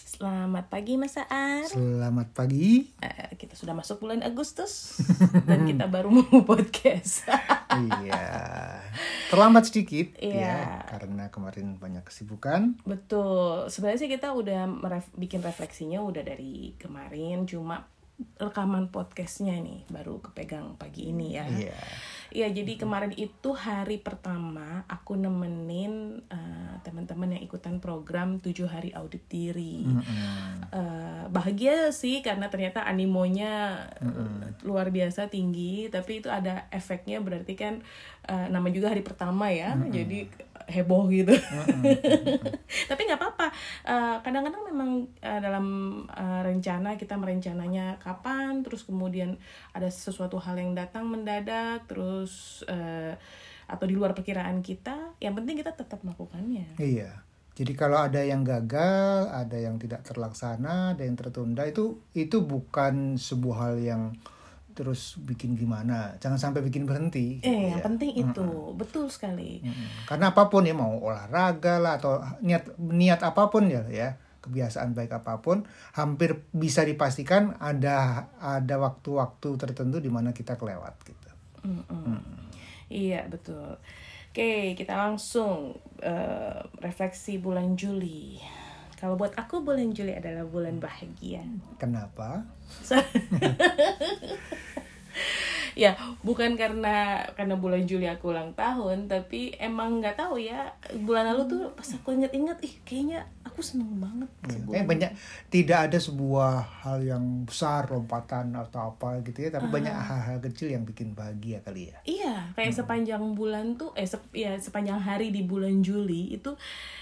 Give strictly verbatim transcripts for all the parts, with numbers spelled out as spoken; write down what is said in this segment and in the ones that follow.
Selamat pagi Mas Aar. Selamat pagi. Uh, kita sudah masuk bulan Agustus dan kita baru mau podcast. Iya, terlambat sedikit Iya. ya karena kemarin banyak kesibukan. Betul. Sebenarnya sih kita udah meref- bikin refleksinya udah dari kemarin, cuma rekaman podcastnya nih baru kepegang pagi ini ya. Iya. Iya, jadi kemarin itu hari pertama aku nemenin uh, teman-teman yang ikutan program tujuh hari audit diri. Mm-hmm. Uh, bahagia sih karena ternyata animonya mm-hmm. luar biasa tinggi, tapi itu ada efeknya, berarti kan uh, nama juga hari pertama ya, mm-hmm. jadi heboh gitu. Mm-hmm. Tapi nggak apa-apa. Uh, kadang-kadang memang uh, dalam uh, rencana kita merencananya kapan, terus kemudian ada sesuatu hal yang datang mendadak, terus uh, atau di luar perkiraan kita, yang penting kita tetap melakukannya. Iya. Jadi kalau ada yang gagal, ada yang tidak terlaksana, ada yang tertunda, itu itu bukan sebuah hal yang terus bikin gimana, jangan sampai bikin berhenti. Eh, gitu yang ya. penting itu, Mm-mm. betul sekali. Mm-mm. Karena apapun ya, mau olahraga lah atau niat niat apapun ya, ya kebiasaan baik apapun, hampir bisa dipastikan ada ada waktu-waktu tertentu di mana kita kelewat gitu. Mm. Iya betul. Oke, kita langsung uh, refleksi bulan Juli. Kalau buat aku bulan Juli adalah bulan bahagia. Kenapa? Ya, bukan karena karena bulan Juli aku ulang tahun, tapi emang nggak tahu ya, bulan lalu tuh pas aku inget-inget, ih kayaknya aku seneng banget. Ya, eh, banyak, tidak ada sebuah hal yang besar, lompatan atau apa gitu ya, tapi uh-huh. banyak hal-hal kecil yang bikin bahagia kali ya. Iya, kayak hmm. sepanjang bulan tuh, eh sep, ya sepanjang hari di bulan Juli itu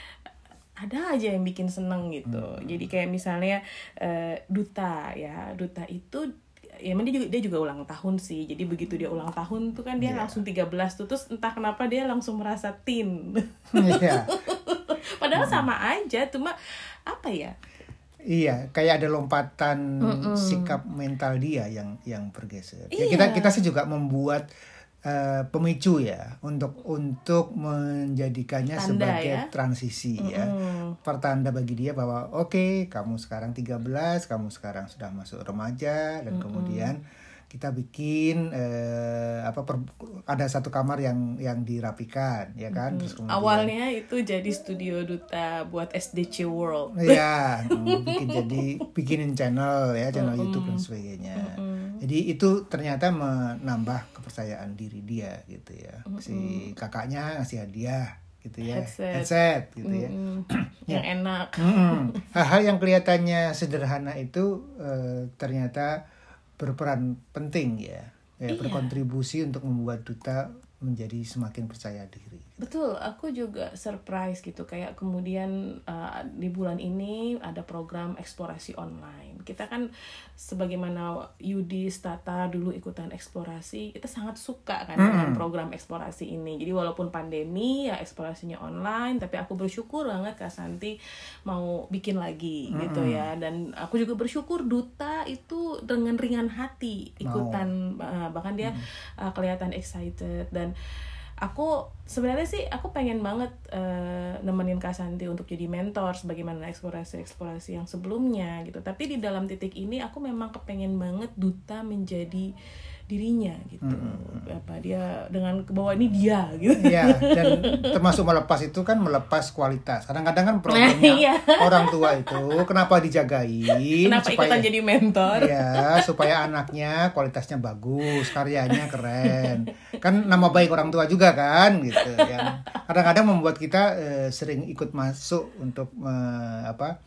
ada aja yang bikin seneng gitu. Hmm. Jadi kayak misalnya uh, Duta ya, Duta itu ya emang dia juga dia juga ulang tahun sih. Jadi begitu dia ulang tahun tuh kan dia yeah. langsung tiga belas tuh, terus entah kenapa dia langsung merasa teen. Iya. Padahal hmm. sama aja, cuma apa ya? Iya, kayak ada lompatan Mm-mm. sikap mental dia yang yang bergeser. Iya. Ya kita kita sih juga membuat uh, pemicu ya untuk untuk menjadikannya Tanda, sebagai ya? transisi Mm-mm. ya. Pertanda bagi dia bahwa oke, okay, kamu sekarang tiga belas, kamu sekarang sudah masuk remaja, dan Mm-mm. kemudian kita bikin eh, apa per, ada satu kamar yang yang dirapikan ya kan. Hmm. Terus kemudian, awalnya itu jadi studio Duta buat S D C World. Ya, bikin jadi bikinin channel ya, channel mm-hmm. YouTube dan sebagainya. Mm-hmm. Jadi itu ternyata menambah kepercayaan diri dia gitu ya. Mm-hmm. Si kakaknya ngasih hadiah gitu ya, headset, headset gitu mm-hmm. ya, yang enak. Mm-hmm. Hal-hal yang kelihatannya sederhana itu eh, ternyata berperan penting ya, ya iya. berkontribusi untuk membuat Duta menjadi semakin percaya diri. Betul, aku juga surprise gitu, kayak kemudian uh, di bulan ini ada program eksplorasi online. Kita kan sebagaimana Yudi, Tata dulu ikutan eksplorasi, kita sangat suka kan hmm. dengan program eksplorasi ini. Jadi walaupun pandemi ya eksplorasinya online, tapi aku bersyukur banget Kak Santi mau bikin lagi hmm. gitu ya. Dan aku juga bersyukur Duta itu dengan ringan hati ikutan, oh. uh, bahkan dia hmm. uh, kelihatan excited. Dan aku sebenarnya sih aku pengen banget uh, nemenin Kak Santi untuk jadi mentor sebagaimana eksplorasi-eksplorasi yang sebelumnya gitu. Tapi di dalam titik ini aku memang kepengen banget Duta menjadi dirinya gitu. Hmm. Apa dia dengan kebawa ini dia gitu. Iya, dan termasuk melepas itu kan melepas kualitas. Kadang-kadang kan problemnya iya. orang tua itu kenapa dijagain? Kenapa supaya, ikutan jadi mentor? Ya, supaya anaknya kualitasnya bagus, karyanya keren. Kan nama baik orang tua juga kan gitu. Yang kadang-kadang membuat kita eh, sering ikut masuk untuk eh, apa?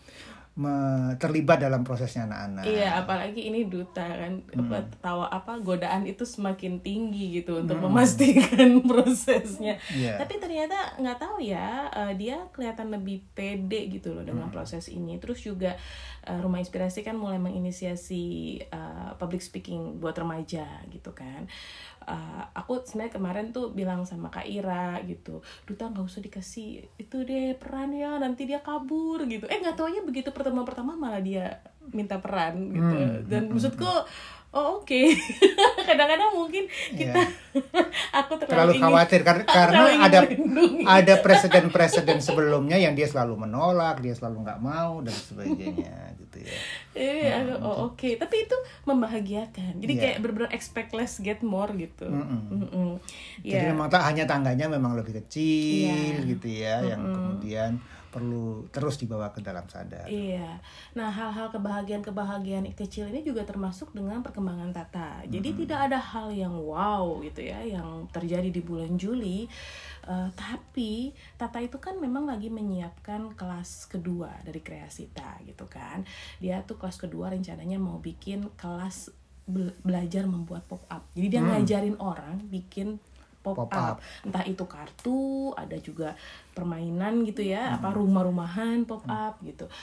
Me- terlibat dalam prosesnya anak-anak. Iya, apalagi ini Duta kan, hmm. apa tawa apa godaan itu semakin tinggi gitu untuk hmm. memastikan prosesnya. Yeah. Tapi ternyata nggak tahu ya, uh, dia kelihatan lebih pede gitu loh dengan hmm. proses ini. Terus juga uh, Rumah Inspirasi kan mulai menginisiasi uh, public speaking buat remaja gitu kan. Uh, aku sebenarnya kemarin tuh bilang sama Kak Ira gitu, Duta nggak usah dikasih itu deh peran ya, nanti dia kabur gitu. Eh nggak taunya begitu pertemuan pertama malah dia minta peran gitu. Hmm, Dan hmm, maksudku hmm. Oh oke, okay. Kadang-kadang mungkin kita yeah. aku terlalu, terlalu khawatir ingin, karena terlalu ada ada presiden-presiden sebelumnya yang dia selalu menolak, dia selalu nggak mau dan sebagainya gitu ya. Iya, hmm. oh oke, okay. Tapi itu membahagiakan. Jadi yeah. kayak benar-benar expect less get more gitu. Mm-mm. Mm-mm. Jadi yeah. memang tak hanya tangganya memang lebih kecil yeah. gitu ya, mm-mm. yang kemudian perlu terus dibawa ke dalam sadar. Iya. Nah, hal-hal kebahagiaan-kebahagiaan kecil ini juga termasuk dengan perkembangan Tata. Jadi hmm. tidak ada hal yang wow gitu ya yang terjadi di bulan Juli. Uh, tapi Tata itu kan memang lagi menyiapkan kelas kedua dari Kreasita gitu kan. Dia tuh kelas kedua rencananya mau bikin kelas be- belajar membuat pop up. Jadi dia hmm. ngajarin orang bikin pop, pop up. up, entah itu kartu, ada juga permainan gitu ya, hmm. apa rumah-rumahan pop up hmm. gitu.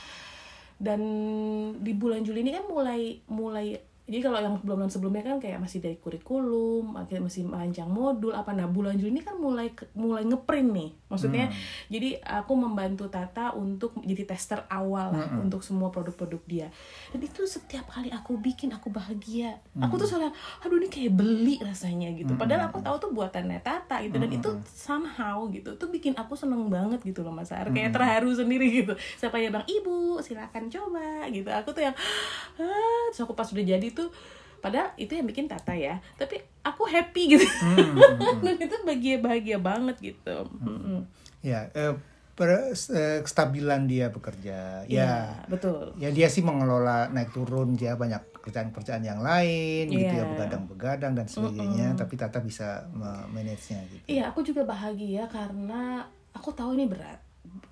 Dan di bulan Juli ini kan mulai mulai jadi kalau yang bulan sebelumnya kan kayak masih dari kurikulum, akhirnya masih merancang modul apa. Nah bulan Juli ini kan mulai mulai ngeprint nih, maksudnya hmm. jadi aku membantu Tata untuk jadi tester awal lah hmm. untuk semua produk-produk dia. Dan itu setiap kali aku bikin aku bahagia. Hmm. Aku tuh soalnya, aduh ini kayak beli rasanya gitu. Padahal aku tahu tuh buatannya Tata gitu. Dan hmm. itu somehow gitu, tuh bikin aku seneng banget gitu loh Mas Ar. Kayak terharu sendiri gitu. Siapa yang bilang, ibu silakan coba gitu. Aku tuh yang, ah, terus aku pas udah jadi tuh, padahal itu yang bikin Tata ya, tapi aku happy gitu. Hmm, hmm, dan itu bahagia-bahagia banget gitu. Hmm. Hmm. Ya, eh, per, eh, kestabilan dia bekerja. Ya, ya, betul. Ya dia sih mengelola naik turun, dia banyak kerjaan-kerjaan yang lain, yeah. gitu ya, begadang-begadang dan sebagainya. Mm-mm. Tapi Tata bisa manage-nya gitu. Iya, aku juga bahagia karena aku tahu ini berat.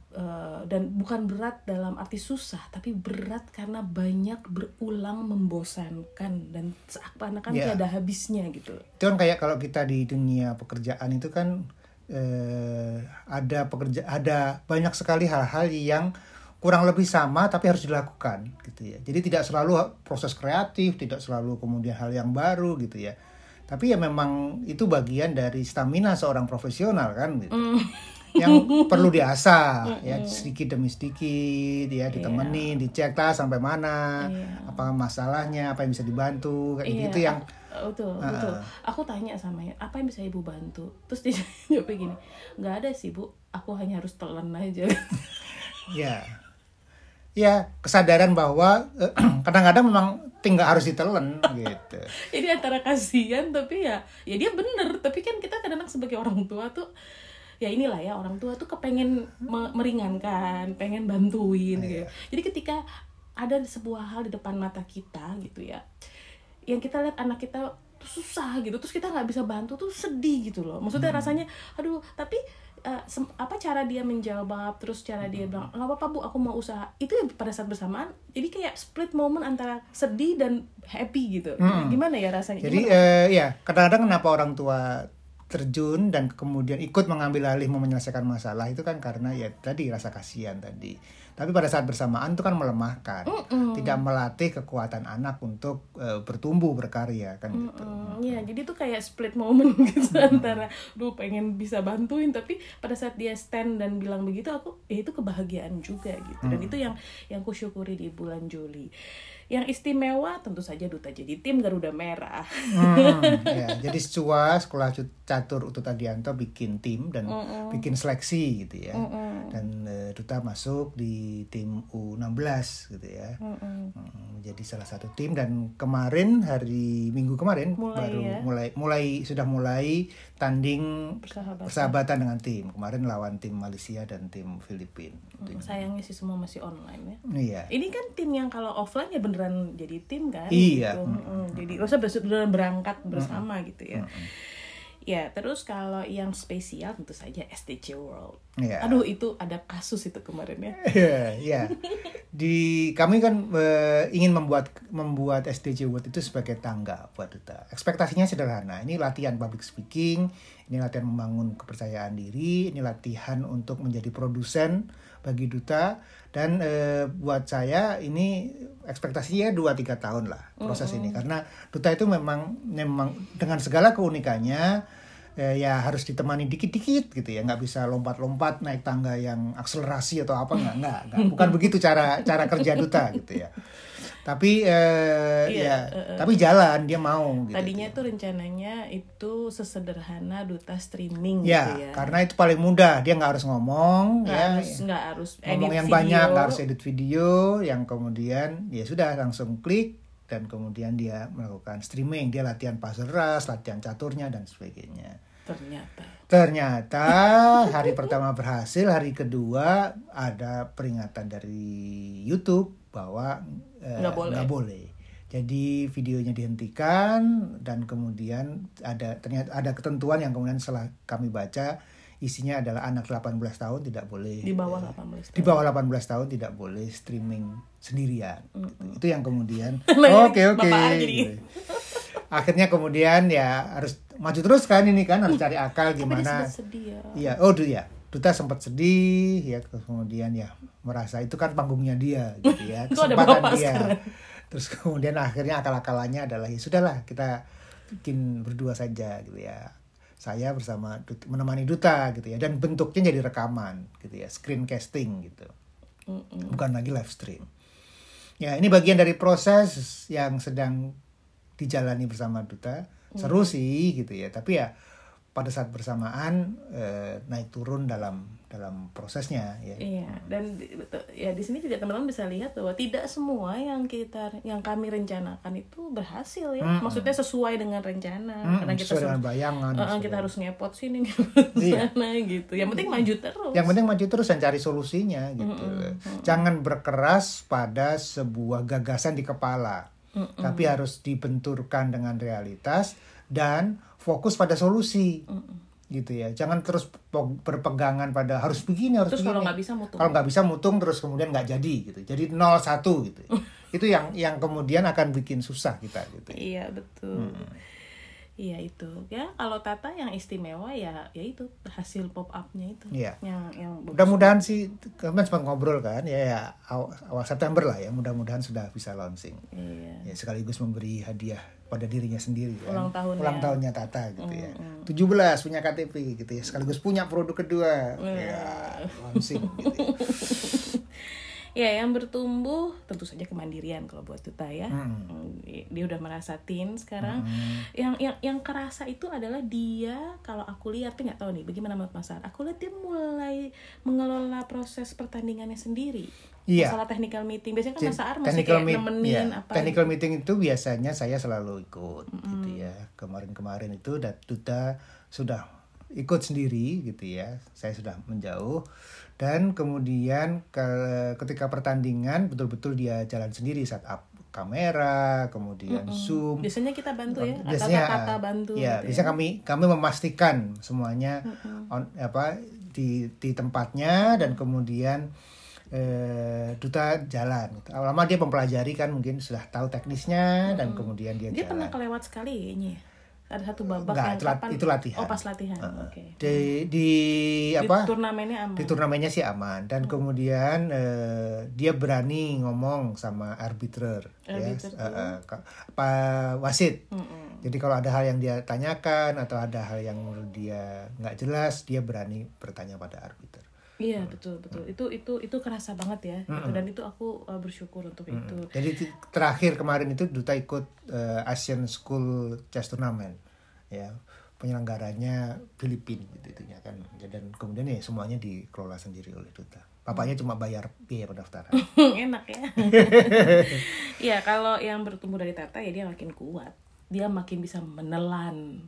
Uh, dan bukan berat dalam arti susah, tapi berat karena banyak berulang membosankan dan seakan-akan yeah. tiada habisnya gitu. Itu kan kayak kalau kita di dunia pekerjaan itu kan eh, ada pekerja ada banyak sekali hal-hal yang kurang lebih sama tapi harus dilakukan gitu ya. Jadi tidak selalu proses kreatif, tidak selalu kemudian hal yang baru gitu ya. Tapi ya memang itu bagian dari stamina seorang profesional kan gitu. Mm. Yang perlu diasah ya, sedikit demi sedikit ya, ditemenin, yeah. dicek lah sampai mana, yeah. apa masalahnya, apa yang bisa dibantu kayak yeah. gitu yang betul uh, betul. Aku tanya sama ya, apa yang bisa ibu bantu? Terus dia jawab gini, nggak ada sih bu, aku hanya harus telan aja. Ya, ya kesadaran bahwa uh, kadang-kadang memang tinggal harus ditelan gitu. Jadi antara kasihan tapi ya, ya dia bener. Tapi kan kita kadang-kadang sebagai orang tua tuh, ya inilah ya, orang tua tuh kepengen me- meringankan, pengen bantuin gitu. Yeah. Jadi ketika ada sebuah hal di depan mata kita gitu ya, yang kita lihat anak kita tuh susah gitu, terus kita nggak bisa bantu tuh sedih gitu loh. Maksudnya hmm. rasanya, aduh, tapi uh, sem- apa cara dia menjawab, terus cara dia bilang nggak apa-apa bu, aku mau usaha. Itu ya pada saat bersamaan, jadi kayak split moment antara sedih dan happy gitu. Hmm. Gimana ya rasanya? Jadi uh, ya kadang-kadang kenapa orang tua terjun dan kemudian ikut mengambil alih menyelesaikan masalah itu kan karena ya tadi rasa kasihan tadi. Tapi pada saat bersamaan itu kan melemahkan, Mm-mm. tidak melatih kekuatan anak untuk uh, bertumbuh berkarya kan gitu. Iya, jadi itu kayak split moment gitu antara, duh pengen bisa bantuin tapi pada saat dia stand dan bilang begitu aku, ya itu kebahagiaan juga gitu. Dan mm. itu yang yang kusyukuri di bulan Juli. Yang istimewa tentu saja Duta jadi tim Garuda Merah. Hmm, ya, jadi S C U A Sekolah Catur Utut Adianto bikin tim dan Mm-mm. bikin seleksi gitu ya. Mm-mm. Dan uh, Duta masuk di tim U enam belas gitu ya. Mm-mm. Menjadi salah satu tim dan kemarin hari Minggu kemarin mulai, baru ya? mulai mulai sudah mulai tanding persahabatan. persahabatan dengan tim. Kemarin lawan tim Malaysia dan tim Filipina. Hmm, sayangnya sih semua masih online ya. Iya. Ini kan tim yang kalau offline ya beneran jadi tim kan. Iya. Gitu. Mm-hmm. Jadi maksudnya beneran berangkat bersama mm-hmm. gitu ya. Mm-hmm. Ya, terus kalau yang spesial tentu saja S D C World. Yeah. Aduh, itu ada kasus itu kemarin ya. Iya, yeah, yeah. Di kami kan uh, ingin membuat membuat S D C World itu sebagai tangga buat Duta. Ekspektasinya sederhana. Ini latihan public speaking, ini latihan membangun kepercayaan diri, ini latihan untuk menjadi produsen bagi Duta dan uh, buat saya ini ekspektasinya dua tiga tahun lah proses mm-hmm. ini karena Duta itu memang memang dengan segala keunikannya eh, ya harus ditemani dikit-dikit gitu ya, nggak bisa lompat-lompat naik tangga yang akselerasi atau apa, nggak nggak, nggak. Bukan begitu cara cara kerja Duta gitu ya. Tapi uh, iya, ya, uh, uh. tapi jalan dia mau. Gitu, Tadinya gitu. tuh rencananya itu sesederhana duta streaming ya, gitu ya. Karena itu paling mudah, dia nggak harus ngomong, nggak ya, harus nggak harus ngomong edit yang video. banyak, nggak harus edit video, yang kemudian ya sudah langsung klik dan kemudian dia melakukan streaming, dia latihan puzzle rush, latihan caturnya dan sebagainya. Ternyata. Ternyata hari pertama berhasil, hari kedua ada peringatan dari YouTube bahwa eh, nggak boleh. nggak boleh. Jadi videonya dihentikan dan kemudian ada ternyata ada ketentuan yang kemudian setelah kami baca isinya adalah anak delapan belas tahun tidak boleh. Di bawah delapan belas tahun. Di bawah delapan belas tahun tidak boleh streaming sendirian. Mm-hmm. Itu yang kemudian oke oke. Okay, okay. Akhirnya kemudian ya harus maju terus kan ini kan harus cari akal gimana. Tapi dia sedih ya. Iya, oh ya. Duta sempat sedih ya, kemudian ya merasa itu kan panggungnya dia gitu ya, kesempatan dia. Sekarang. Terus kemudian akhirnya akal-akalannya adalah ya sudahlah kita bikin berdua saja gitu ya. Saya bersama Duta, menemani Duta gitu ya, dan bentuknya jadi rekaman gitu ya, screencasting gitu. Mm-mm. Bukan lagi live stream. Ya, ini bagian dari proses yang sedang dijalani bersama Duta. Seru hmm. sih gitu ya, tapi ya pada saat bersamaan eh, naik turun dalam dalam prosesnya ya. Iya, dan ya di sini juga teman-teman bisa lihat bahwa tidak semua yang kita yang kami rencanakan itu berhasil ya. Hmm. Maksudnya sesuai dengan rencana. Hmm, karena kita sesuai dengan bayangan. Uh, kita harus ngepot sini ngepot iya. sana gitu. Yang penting maju terus. Yang penting maju terus dan cari solusinya gitu. Hmm, hmm. Jangan berkeras pada sebuah gagasan di kepala. Mm-mm. Tapi harus dibenturkan dengan realitas dan fokus pada solusi. Mm-mm. Gitu ya, jangan terus berpegangan pada harus begini harus terus begini. Kalau nggak bisa mutung, kalau nggak bisa mutung terus kemudian nggak jadi gitu, jadi nol satu gitu. Itu yang yang kemudian akan bikin susah kita gitu. Iya betul. Hmm. Iya itu ya, kalau Tata yang istimewa ya ya itu hasil pop up-nya itu. Iya. Yang yang mudah-mudahan sih kemarin sempat ngobrol kan ya, ya awal, awal September lah ya, mudah-mudahan sudah bisa launching. Iya. Ya sekaligus memberi hadiah pada dirinya sendiri kan. Ulang tahun Ulang ya. tahunnya Tata gitu mm, ya. Mm. tujuh belas punya K T P gitu ya, sekaligus punya produk kedua. Mm. Ya, launching gitu. Ya. Ya, yang bertumbuh tentu saja kemandirian kalau buat Duta ya. Hmm. Dia udah merasa teen sekarang. Hmm. Yang yang yang kerasa itu adalah dia, kalau aku lihat, tapi nggak tahu nih bagaimana menurut Mas Ar. Aku lihat dia mulai mengelola proses pertandingannya sendiri. Iya. Masalah technical meeting. Biasanya kan Mas Ar masih kayak meet, nemenin ya. apa. Technical gitu. Meeting itu biasanya saya selalu ikut hmm. gitu ya. Kemarin-kemarin itu Duta sudah ikut sendiri gitu ya. Saya sudah menjauh. Dan kemudian ke, ketika pertandingan betul-betul dia jalan sendiri, setup kamera, kemudian mm-hmm. zoom. Biasanya kita bantu ya, biasanya kata-kata bantu. Ya, gitu biasanya ya. kami kami memastikan semuanya mm-hmm. on, apa di di tempatnya dan kemudian eh, Duta jalan. Lama dia mempelajari kan, mungkin sudah tahu teknisnya mm-hmm. dan kemudian dia, dia jalan. Dia pernah kelewat sekali kayaknya. Ada satu babak Enggak, yang itu, kapan? itu latihan. Oh, pas latihan. Uh, Oke. Okay. Di di apa? Di turnamennya aman. Di turnamennya sih aman dan hmm. kemudian uh, dia berani ngomong sama arbiter, arbiter ya, uh, uh, Pak wasit. Hmm. Jadi kalau ada hal yang dia tanyakan atau ada hal yang menurut dia nggak jelas, dia berani bertanya pada arbiter. Iya hmm. betul betul hmm. itu itu itu kerasa banget ya hmm. gitu. Dan itu aku uh, bersyukur untuk hmm. itu. Jadi terakhir kemarin itu Duta ikut uh, Asian School Chess Tournament ya, penyelenggaranya Filipina gitu itunya kan, dan kemudian ya semuanya dikelola sendiri oleh Duta. Bapaknya hmm. cuma bayar biaya pendaftaran. Enak ya. Iya kalau yang bertumbuh dari Tata ya dia makin kuat, dia makin bisa menelan.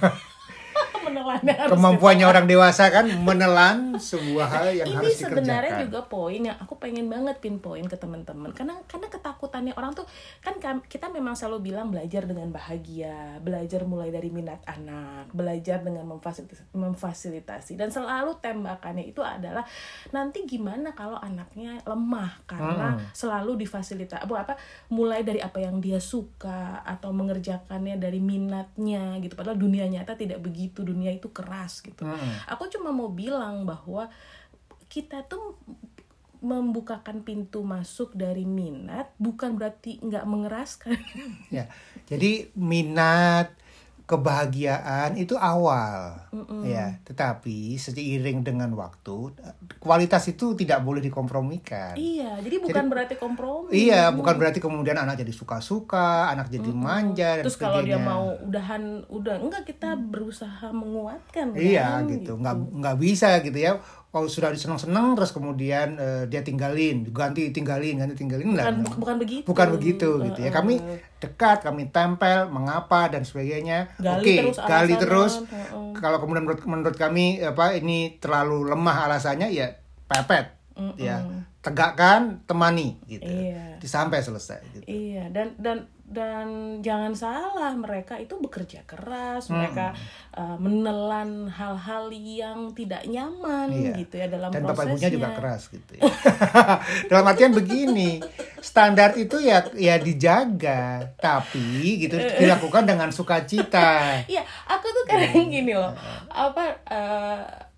Kemampuannya orang dewasa kan menelan sebuah hal yang ini harus dikerjakan. Ini sebenarnya juga poin yang aku pengen banget pinpoint ke teman-teman, karena karena ketakutannya orang tuh kan kita memang selalu bilang belajar dengan bahagia, belajar mulai dari minat anak, belajar dengan memfasilitasi, memfasilitasi dan selalu tembakannya itu adalah nanti gimana kalau anaknya lemah karena hmm. selalu difasilitasi apa apa mulai dari apa yang dia suka atau mengerjakannya dari minatnya gitu, padahal dunia nyata tidak begitu. Dunia itu keras gitu. Hmm. Aku cuma mau bilang bahwa kita tuh membukakan pintu masuk dari minat bukan berarti nggak mengeraskan. Ya, jadi minat, kebahagiaan itu awal, Mm-mm. ya. Tetapi seiring dengan waktu, kualitas itu tidak boleh dikompromikan. Iya, jadi bukan jadi, berarti kompromi. Iya, bukan berarti kemudian anak jadi suka-suka, anak jadi Mm-mm. manja dan Terus sebagainya. Kalau dia mau udahan, udah enggak, kita berusaha menguatkan. Iya, kan? gitu. Nggak nggak bisa gitu ya. Kalau sudah senang-senang terus kemudian uh, dia tinggalin, ganti tinggalin, ganti tinggalin. Bukan, bukan, bukan begitu. Bukan begitu uh, gitu ya. Kami dekat, kami tempel, mengapa dan sebagainya. Oke, okay, gali terus. Uh, uh. Kalau kemudian menurut, menurut kami apa ini terlalu lemah alasannya, ya pepet, uh, uh. ya tegakkan, temani gitu. Iya. Sampai selesai. Gitu. Iya, dan dan dan jangan salah, mereka itu bekerja keras, hmm. mereka uh, menelan hal-hal yang tidak nyaman iya. gitu ya dalam dan prosesnya. Dan bapak ibunya juga keras gitu ya. Dalam artian begini, standar itu ya ya dijaga, tapi gitu dilakukan dengan sukacita. Iya, aku tuh kadang gini loh, apa uh,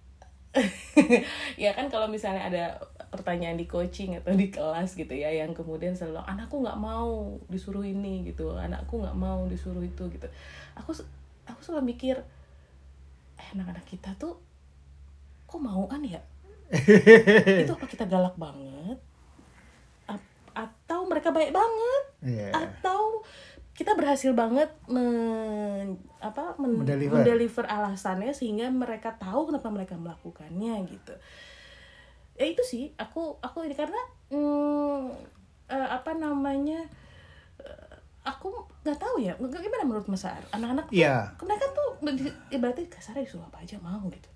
ya kan kalau misalnya ada pertanyaan di coaching atau di kelas gitu ya, yang kemudian selalu anakku nggak mau disuruh ini gitu, anakku nggak mau disuruh itu gitu, aku aku selalu mikir, eh, anak-anak kita tuh kok mauan ya? Itu apa kita galak banget? A- atau mereka baik banget? Yeah. Atau kita berhasil banget men, apa, men, mendeliver. mendeliver alasannya sehingga mereka tahu kenapa mereka melakukannya gitu. Ya itu sih, aku aku ini karena hmm, uh, apa namanya, uh, aku nggak tahu ya, gimana menurut Mas Ar, anak-anak tuh, yeah. mereka tuh ibaratnya kasarnya disuruh apa aja mau gitu.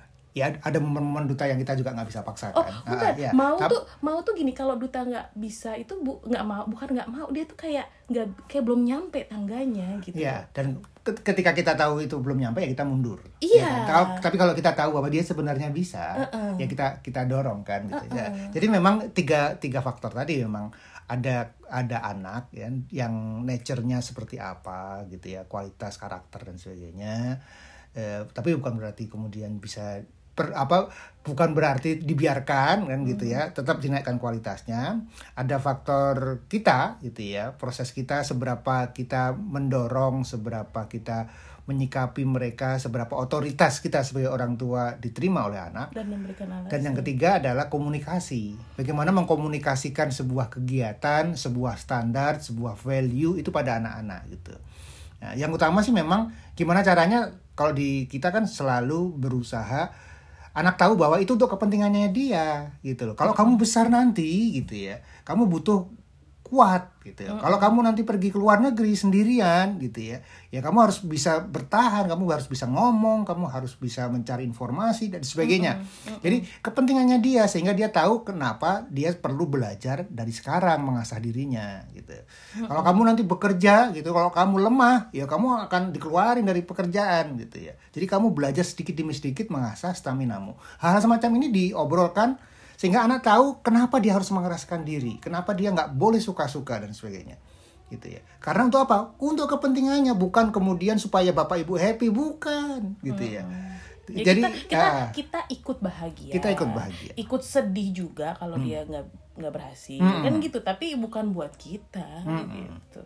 Ya ada momen-momen duta yang kita juga nggak bisa paksakan. Oh bukan, uh, ya. mau Tapi, tuh mau tuh gini, kalau duta nggak bisa itu bu nggak mau, bukan nggak mau, dia tuh kayak nggak kayak belum nyampe tangganya gitu. Ya, dan ketika kita tahu itu belum nyampe ya kita mundur. Iya. Ya kan? Tapi kalau kita tahu bahwa dia sebenarnya bisa, uh-uh. ya kita kita dorong kan. Gitu. Uh-uh. Ya. Jadi memang tiga tiga faktor tadi memang ada ada anak ya, yang nature-nya seperti apa gitu ya, kualitas karakter dan sebagainya. Eh, tapi bukan berarti kemudian bisa Per, apa bukan berarti dibiarkan kan gitu ya, tetap dinaikkan kualitasnya. Ada faktor kita gitu ya, proses kita, seberapa kita mendorong, seberapa kita menyikapi mereka, seberapa otoritas kita sebagai orang tua diterima oleh anak. Dan memberikan alasan. Dan yang ketiga adalah komunikasi. Bagaimana mengkomunikasikan sebuah kegiatan, sebuah standar, sebuah value itu pada anak-anak gitu. Nah, yang utama sih memang gimana caranya, kalau di kita kan selalu berusaha anak tahu bahwa itu untuk kepentingannya dia gitu loh. Kalau kamu besar nanti gitu ya, kamu butuh kuat gitu ya. Mm-hmm. Kalau kamu nanti pergi ke luar negeri sendirian gitu ya, ya kamu harus bisa bertahan, kamu harus bisa ngomong, kamu harus bisa mencari informasi dan sebagainya. Mm-hmm. Jadi kepentingannya dia, sehingga dia tahu kenapa dia perlu belajar dari sekarang, mengasah dirinya gitu. Mm-hmm. Kalau kamu nanti bekerja gitu, kalau kamu lemah, ya kamu akan dikeluarin dari pekerjaan gitu ya. Jadi kamu belajar sedikit demi sedikit mengasah staminamu. Hal-hal semacam ini diobrolkan sehingga anak tahu kenapa dia harus mengeraskan diri, kenapa dia nggak boleh suka-suka dan sebagainya, gitu ya. Karena untuk apa? Untuk kepentingannya, bukan kemudian supaya bapak ibu happy, bukan, gitu ya. Hmm. Ya, Jadi kita kita, uh, kita ikut bahagia, kita ikut bahagia, ikut sedih juga kalau hmm. dia nggak nggak berhasil, hmm. kan gitu. Tapi bukan buat kita, hmm. gitu.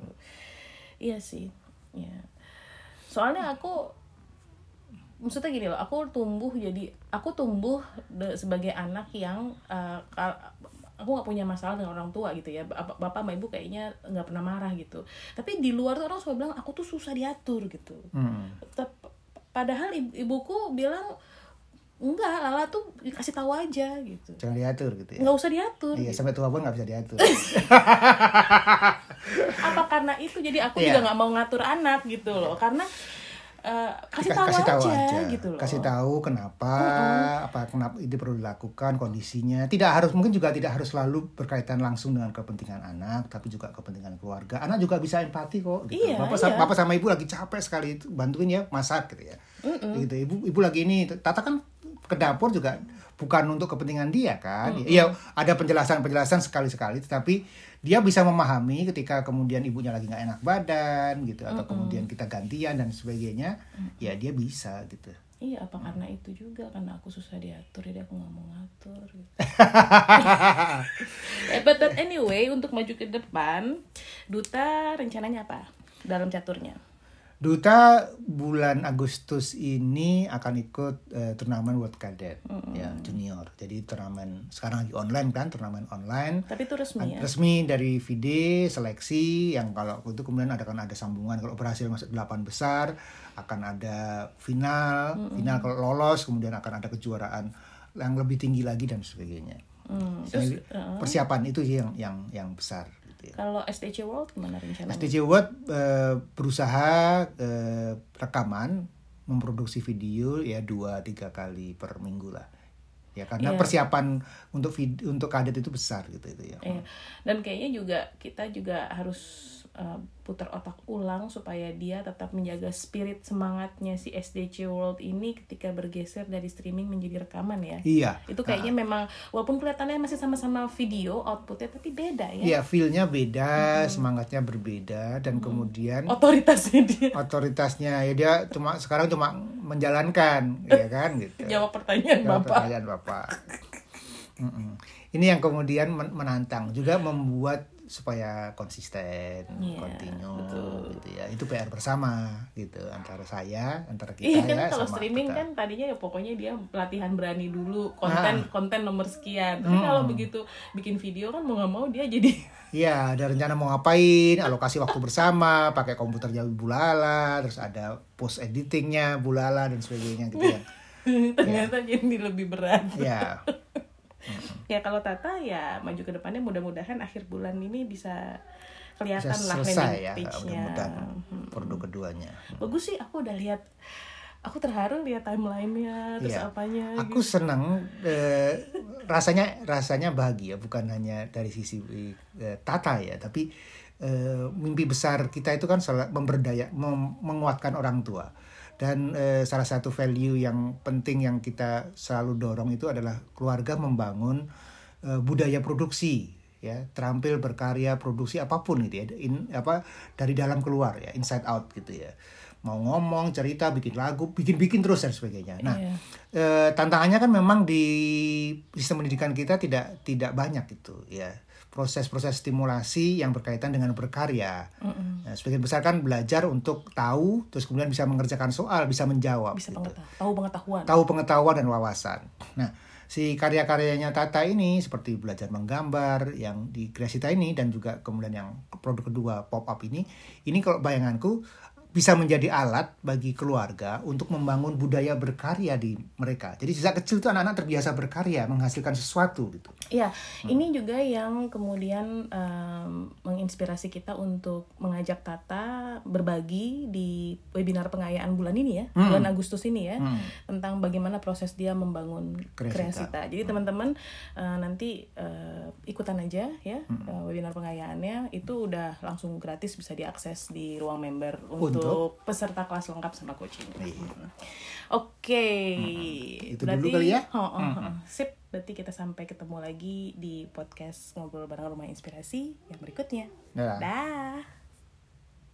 Iya sih, ya. Soalnya aku maksudnya gini loh, aku tumbuh jadi aku tumbuh de, sebagai anak yang uh, aku nggak punya masalah dengan orang tua gitu ya, bapak sama ibu kayaknya nggak pernah marah gitu. Tapi di luar tuh orang selalu bilang aku tuh susah diatur gitu. Hmm. Padahal ibuku bilang enggak, Lala tuh dikasih tahu aja gitu. Jangan diatur gitu ya. Nggak usah diatur. Iya, gitu. Sampai tua pun nggak bisa diatur. Apa karena itu jadi aku yeah. juga nggak mau ngatur anak gitu loh, karena Uh, kasih tahu kasih tahu aja, aja gitu loh. Kasih tahu kenapa, uh-uh. apa kenapa itu perlu dilakukan, kondisinya. Tidak harus, mungkin juga tidak harus selalu berkaitan langsung dengan kepentingan anak, tapi juga kepentingan keluarga. Anak juga bisa empati kok gitu. Iya, Bapak, iya. Bapak sama ibu lagi capek sekali, bantuin ya masak gitu ya. Uh-uh. Gitu. Ibu ibu lagi ini, Tata kan ke dapur juga bukan untuk kepentingan dia kan. Iya, uh-uh. ada penjelasan-penjelasan sekali-sekali, tetapi dia bisa memahami ketika kemudian ibunya lagi nggak enak badan gitu, atau mm-hmm. kemudian kita gantian dan sebagainya, mm-hmm. ya dia bisa gitu. Iya, apa karena itu juga, karena aku susah diatur, jadi aku nggak mau ngatur. Gitu. but, but anyway, untuk maju ke depan, Duta rencananya apa dalam caturnya? Duta bulan Agustus ini akan ikut uh, turnamen World Cadet mm-hmm. ya junior. Jadi turnamen sekarang lagi online kan, turnamen online. Tapi itu resmi ya? Resmi dari V D seleksi yang kalau itu kemudian ada kan ada sambungan kalau berhasil masuk delapan besar akan ada final, mm-hmm. final kalau lolos kemudian akan ada kejuaraan yang lebih tinggi lagi dan sebagainya. Mm. Terus, uh-huh. persiapan itu yang yang yang besar. Kalau S D C World gimana rencananya? S D C World uh, berusaha uh, rekaman, memproduksi video ya dua tiga kali per minggu lah. Ya karena yeah. persiapan untuk video, untuk kadet itu besar gitu itu ya. Yeah. Dan kayaknya juga kita juga harus uh, putar otak ulang supaya dia tetap menjaga spirit semangatnya si S D C World ini ketika bergeser dari streaming menjadi rekaman ya. Iya. Itu kayaknya nah. memang walaupun kelihatannya masih sama-sama video outputnya tapi beda ya. Iya, feel-nya beda, hmm. semangatnya berbeda dan hmm. kemudian otoritasnya dia. Otoritasnya ya dia cuma sekarang cuma menjalankan ya kan gitu. Jawab pertanyaan Jawab Bapak. Pertanyaan Bapak. Ini yang kemudian menantang juga membuat supaya konsisten, yeah, continue betul. Gitu ya. Itu P R bersama gitu antara saya, antara kita iya, kan ya kalau sama streaming kita. Kan tadinya ya pokoknya dia latihan berani dulu, konten nah. konten nomor sekian. Tapi hmm. kalau begitu bikin video kan mau enggak mau dia jadi iya, ada rencana mau ngapain, alokasi waktu bersama, pakai komputer jauh bulala, terus ada post editingnya bulala dan sebagainya gitu ya. Ternyata ya. Jadi lebih berat. Ya. Ya kalau Tata ya maju ke depannya mudah-mudahan akhir bulan ini bisa kelihatan bisa lah selesai landing ya, page-nya. Hmm. Produk keduanya. Bagus sih, aku udah lihat, aku terharu lihat timeline-nya, terus ya. apanya. Aku gitu. senang, eh, rasanya rasanya bahagia bukan hanya dari sisi eh, Tata ya, tapi eh, mimpi besar kita itu kan memberdaya, mem- menguatkan orang tua. Dan eh, salah satu value yang penting yang kita selalu dorong itu adalah keluarga membangun eh, budaya produksi, ya, terampil berkarya, produksi apapun gitu ya, in, apa dari dalam keluar ya, inside out gitu ya. Mau ngomong, cerita, bikin lagu, bikin-bikin terus dan sebagainya. Nah, yeah. eh, tantangannya kan memang di sistem pendidikan kita tidak tidak banyak gitu ya. Proses-proses stimulasi yang berkaitan dengan berkarya. Mm-hmm. Nah, sebagian besar kan belajar untuk tahu, terus kemudian bisa mengerjakan soal, bisa menjawab. Bisa gitu. pengetahuan, tahu pengetahuan. Tahu pengetahuan dan wawasan. Nah, si karya-karyanya Tata ini seperti belajar menggambar yang di Kreasita ini dan juga kemudian yang produk kedua pop up ini, ini kalau bayanganku bisa menjadi alat bagi keluarga untuk membangun budaya berkarya di mereka. Jadi sejak kecil tuh anak-anak terbiasa berkarya, menghasilkan sesuatu gitu. Iya, hmm. ini juga yang kemudian um, menginspirasi kita untuk mengajak Tata berbagi di webinar pengayaan bulan ini ya, hmm. bulan Agustus ini ya, hmm. tentang bagaimana proses dia membangun Kreasita. Jadi hmm. teman-teman uh, nanti uh, ikutan aja ya hmm. uh, webinar pengayaannya, itu udah langsung gratis, bisa diakses di ruang member untuk Untuk peserta kelas lengkap sama coaching. Iya. Oke, okay. hmm. itu berarti, dulu kali ya. Oh, oh, hmm. Sip, berarti kita sampai ketemu lagi di podcast Ngobrol Bareng Rumah Inspirasi yang berikutnya. Dah. Dah.